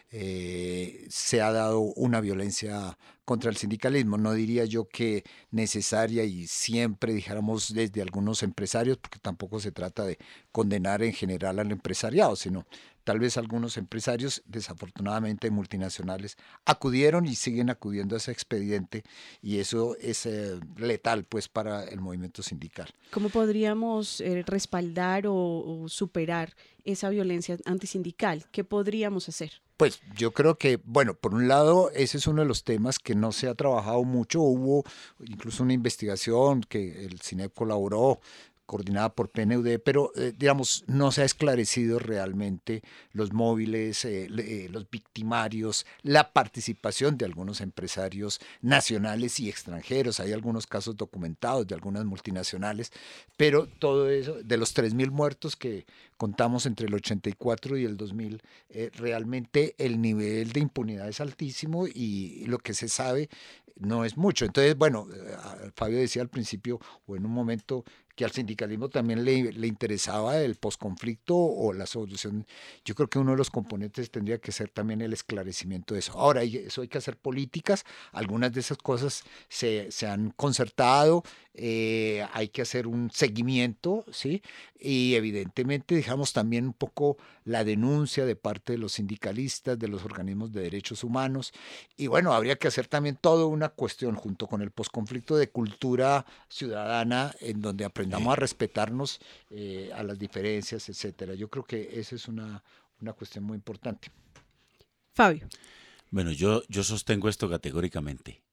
se ha dado una violencia contra el sindicalismo. No diría yo que necesaria y siempre dijéramos desde algunos empresarios, porque tampoco se trata de condenar en general al empresariado, sino tal vez algunos empresarios, desafortunadamente multinacionales, acudieron y siguen acudiendo a ese expediente y eso es letal pues para el movimiento sindical. ¿Cómo podríamos respaldar o superar esa violencia antisindical? ¿Qué podríamos hacer? Pues yo creo que, bueno, por un lado, ese es uno de los temas que no se ha trabajado mucho. Hubo incluso una investigación que el CINEP colaboró, coordinada por PNUD, pero digamos, no se ha esclarecido realmente los móviles, los victimarios, la participación de algunos empresarios nacionales y extranjeros. Hay algunos casos documentados de algunas multinacionales, pero todo eso, de los 3.000 muertos que contamos entre el 84 y el 2000, realmente el nivel de impunidad es altísimo y lo que se sabe no es mucho. Entonces, bueno, Fabio decía al principio o en un momento que al sindicalismo también le interesaba el posconflicto o la solución. Yo creo que uno de los componentes tendría que ser también el esclarecimiento de eso. Ahora, eso hay que hacer políticas, algunas de esas cosas se han concertado, hay que hacer un seguimiento, ¿sí? Y evidentemente dejamos también un poco la denuncia de parte de los sindicalistas, de los organismos de derechos humanos, y bueno, habría que hacer también toda una cuestión junto con el posconflicto de cultura ciudadana en donde aprendamos a respetarnos, a las diferencias, etcétera. Yo creo que esa es una cuestión muy importante. Fabio. Bueno, yo sostengo esto categóricamente.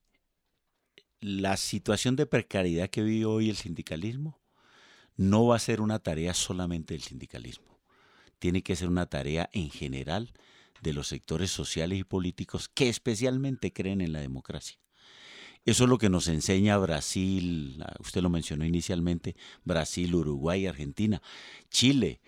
La situación de precariedad que vive hoy el sindicalismo no va a ser una tarea solamente del sindicalismo. Tiene que ser una tarea en general de los sectores sociales y políticos que especialmente creen en la democracia. Eso es lo que nos enseña Brasil, usted lo mencionó inicialmente, Brasil, Uruguay, Argentina, Chile.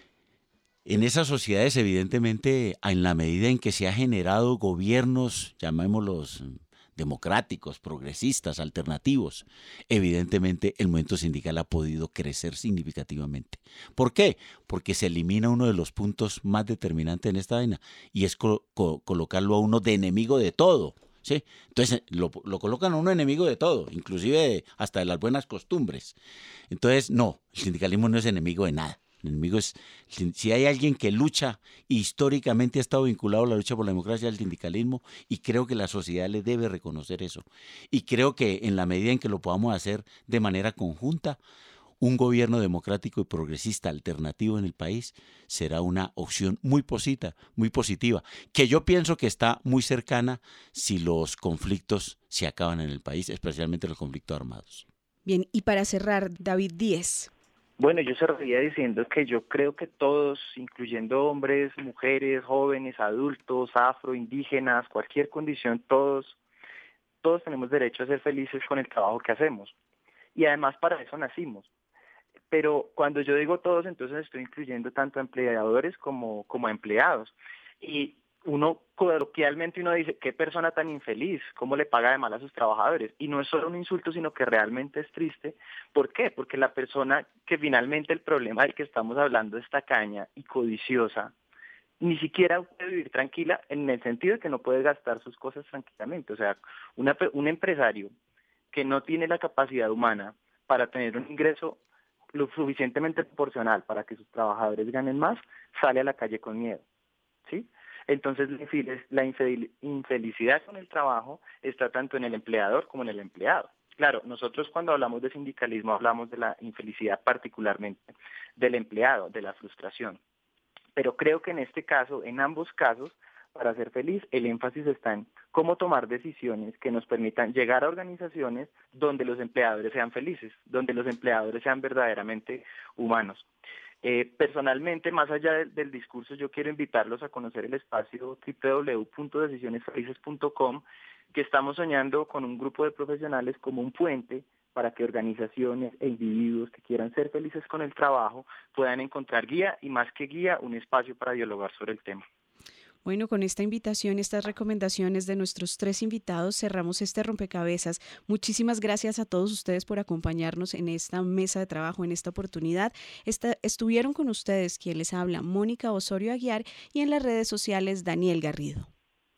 En esas sociedades, evidentemente, en la medida en que se han generado gobiernos, llamémoslos democráticos, progresistas, alternativos, evidentemente el movimiento sindical ha podido crecer significativamente. ¿Por qué? Porque se elimina uno de los puntos más determinantes en esta vaina, y es colocarlo a uno de enemigo de todo. ¿Sí? Entonces lo colocan a uno enemigo de todo, inclusive hasta de las buenas costumbres. Entonces, no, el sindicalismo no es enemigo de nada. El enemigo es, si hay alguien que lucha, históricamente ha estado vinculado a la lucha por la democracia, al sindicalismo, y creo que la sociedad le debe reconocer eso. Y creo que en la medida en que lo podamos hacer de manera conjunta, un gobierno democrático y progresista alternativo en el país será una opción muy positiva, que yo pienso que está muy cercana si los conflictos se acaban en el país, especialmente los conflictos armados. Bien, y para cerrar, David Díez. Bueno, yo cerraría diciendo que yo creo que todos, incluyendo hombres, mujeres, jóvenes, adultos, afro, indígenas, cualquier condición, todos tenemos derecho a ser felices con el trabajo que hacemos. Y además para eso nacimos. Pero cuando yo digo todos, entonces estoy incluyendo tanto a empleadores como a empleados. Y uno, coloquialmente uno dice, qué persona tan infeliz, cómo le paga de mal a sus trabajadores. Y no es solo un insulto, sino que realmente es triste. ¿Por qué? Porque la persona que finalmente el problema del que estamos hablando es tacaña y codiciosa, ni siquiera puede vivir tranquila, en el sentido de que no puede gastar sus cosas tranquilamente. O sea, un empresario que no tiene la capacidad humana para tener un ingreso lo suficientemente proporcional para que sus trabajadores ganen más, sale a la calle con miedo, ¿sí? Entonces la infelicidad con el trabajo está tanto en el empleador como en el empleado. Claro, nosotros cuando hablamos de sindicalismo hablamos de la infelicidad particularmente del empleado, de la frustración. Pero creo que en este caso, en ambos casos, para ser feliz, el énfasis está en cómo tomar decisiones que nos permitan llegar a organizaciones donde los empleadores sean felices, donde los empleadores sean verdaderamente humanos. Personalmente, más allá del discurso, yo quiero invitarlos a conocer el espacio www.decisionesfelices.com, que estamos soñando con un grupo de profesionales como un puente para que organizaciones e individuos que quieran ser felices con el trabajo puedan encontrar guía y, más que guía, un espacio para dialogar sobre el tema. Bueno, con esta invitación y estas recomendaciones de nuestros 3 invitados cerramos este rompecabezas. Muchísimas gracias a todos ustedes por acompañarnos en esta mesa de trabajo, en esta oportunidad. Estuvieron con ustedes quien les habla, Mónica Osorio Aguiar, y en las redes sociales, Daniel Garrido.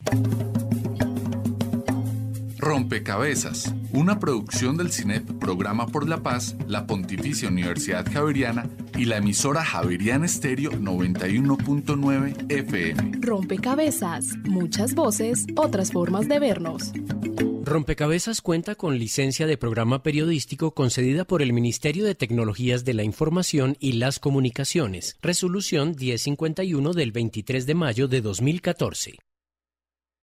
Rompecabezas, una producción del CINEP Programa por la Paz, la Pontificia Universidad Javeriana y la emisora Javeriana Estéreo 91.9 FM. Rompecabezas, muchas voces, otras formas de vernos. Rompecabezas cuenta con licencia de programa periodístico concedida por el Ministerio de Tecnologías de la Información y las Comunicaciones. Resolución 1051 del 23 de mayo de 2014.